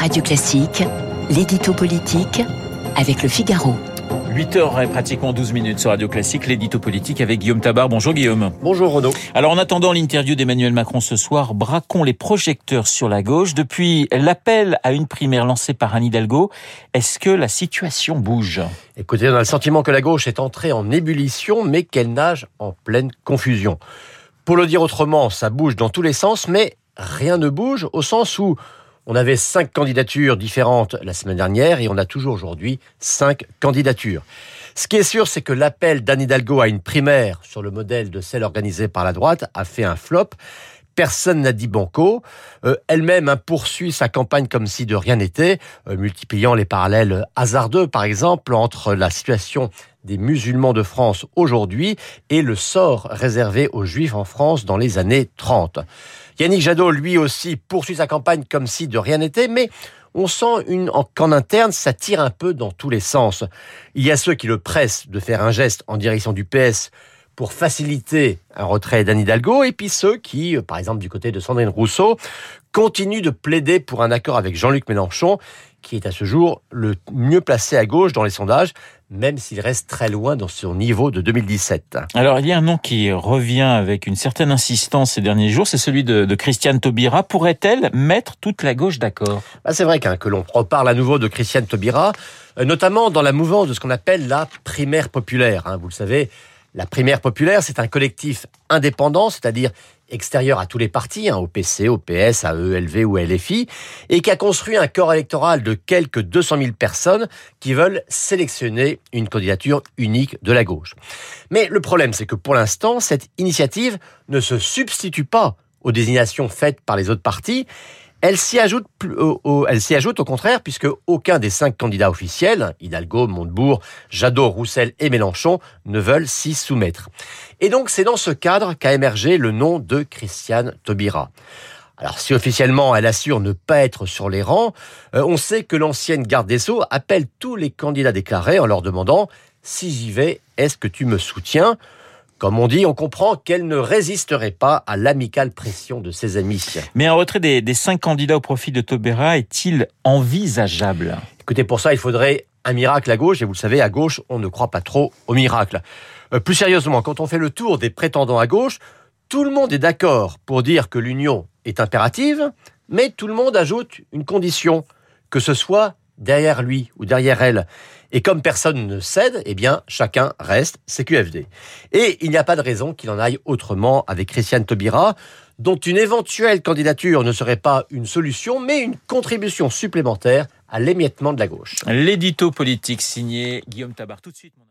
Radio Classique, l'édito politique avec Le Figaro. 8h et pratiquement 12 minutes sur Radio Classique, l'édito politique avec Guillaume Tabar. Bonjour Guillaume. Bonjour Renaud. Alors en attendant l'interview d'Emmanuel Macron ce soir, braquons les projecteurs sur la gauche. Depuis l'appel à une primaire lancée par Anne Hidalgo, est-ce que la situation bouge ? Écoutez, on a le sentiment que la gauche est entrée en ébullition, mais qu'elle nage en pleine confusion. Pour le dire autrement, ça bouge dans tous les sens, mais rien ne bouge au sens où on avait 5 candidatures différentes la semaine dernière et on a toujours aujourd'hui 5 candidatures. Ce qui est sûr, c'est que l'appel d'Anne Hidalgo à une primaire sur le modèle de celle organisée par la droite a fait un flop. Personne n'a dit banco. Elle-même poursuit sa campagne comme si de rien n'était, multipliant les parallèles hasardeux, par exemple, entre la situation des musulmans de France aujourd'hui et le sort réservé aux juifs en France dans les années 30. Yannick Jadot, lui aussi, poursuit sa campagne comme si de rien n'était, mais on sent qu'en interne, ça tire un peu dans tous les sens. Il y a ceux qui le pressent de faire un geste en direction du PS pour faciliter un retrait d'Anne Hidalgo, et puis ceux qui, par exemple du côté de Sandrine Rousseau, continuent de plaider pour un accord avec Jean-Luc Mélenchon, qui est à ce jour le mieux placé à gauche dans les sondages, même s'il reste très loin dans son niveau de 2017. Alors il y a un nom qui revient avec une certaine insistance ces derniers jours, c'est celui de Christiane Taubira. Pourrait-elle mettre toute la gauche d'accord ? C'est vrai que l'on reparle à nouveau de Christiane Taubira, notamment dans la mouvance de ce qu'on appelle la primaire populaire. Vous le savez, la primaire populaire, c'est un collectif indépendant, c'est-à-dire extérieur à tous les partis, au PC, au PS, à ELV ou à LFI, et qui a construit un corps électoral de quelques 200 000 personnes qui veulent sélectionner une candidature unique de la gauche. Mais le problème, c'est que pour l'instant, cette initiative ne se substitue pas aux désignations faites par les autres partis. Elle s'y ajoute au contraire, puisque aucun des 5 candidats officiels, Hidalgo, Montebourg, Jadot, Roussel et Mélenchon, ne veulent s'y soumettre. Et donc c'est dans ce cadre qu'a émergé le nom de Christiane Taubira. Alors si officiellement elle assure ne pas être sur les rangs, on sait que l'ancienne garde des Sceaux appelle tous les candidats déclarés en leur demandant « Si j'y vais, est-ce que tu me soutiens ?» Comme on dit, on comprend qu'elle ne résisterait pas à l'amicale pression de ses amis. Mais un retrait des 5 candidats au profit de Taubira est-il envisageable ? Écoutez, pour ça, il faudrait un miracle à gauche. Et vous le savez, à gauche, on ne croit pas trop au miracle. Plus sérieusement, quand on fait le tour des prétendants à gauche, tout le monde est d'accord pour dire que l'union est impérative, mais tout le monde ajoute une condition, que ce soit derrière lui ou derrière elle. Et comme personne ne cède, chacun reste CQFD. Et il n'y a pas de raison qu'il en aille autrement avec Christiane Taubira, dont une éventuelle candidature ne serait pas une solution, mais une contribution supplémentaire à l'émiettement de la gauche. L'édito politique signé Guillaume Tabar. Tout de suite.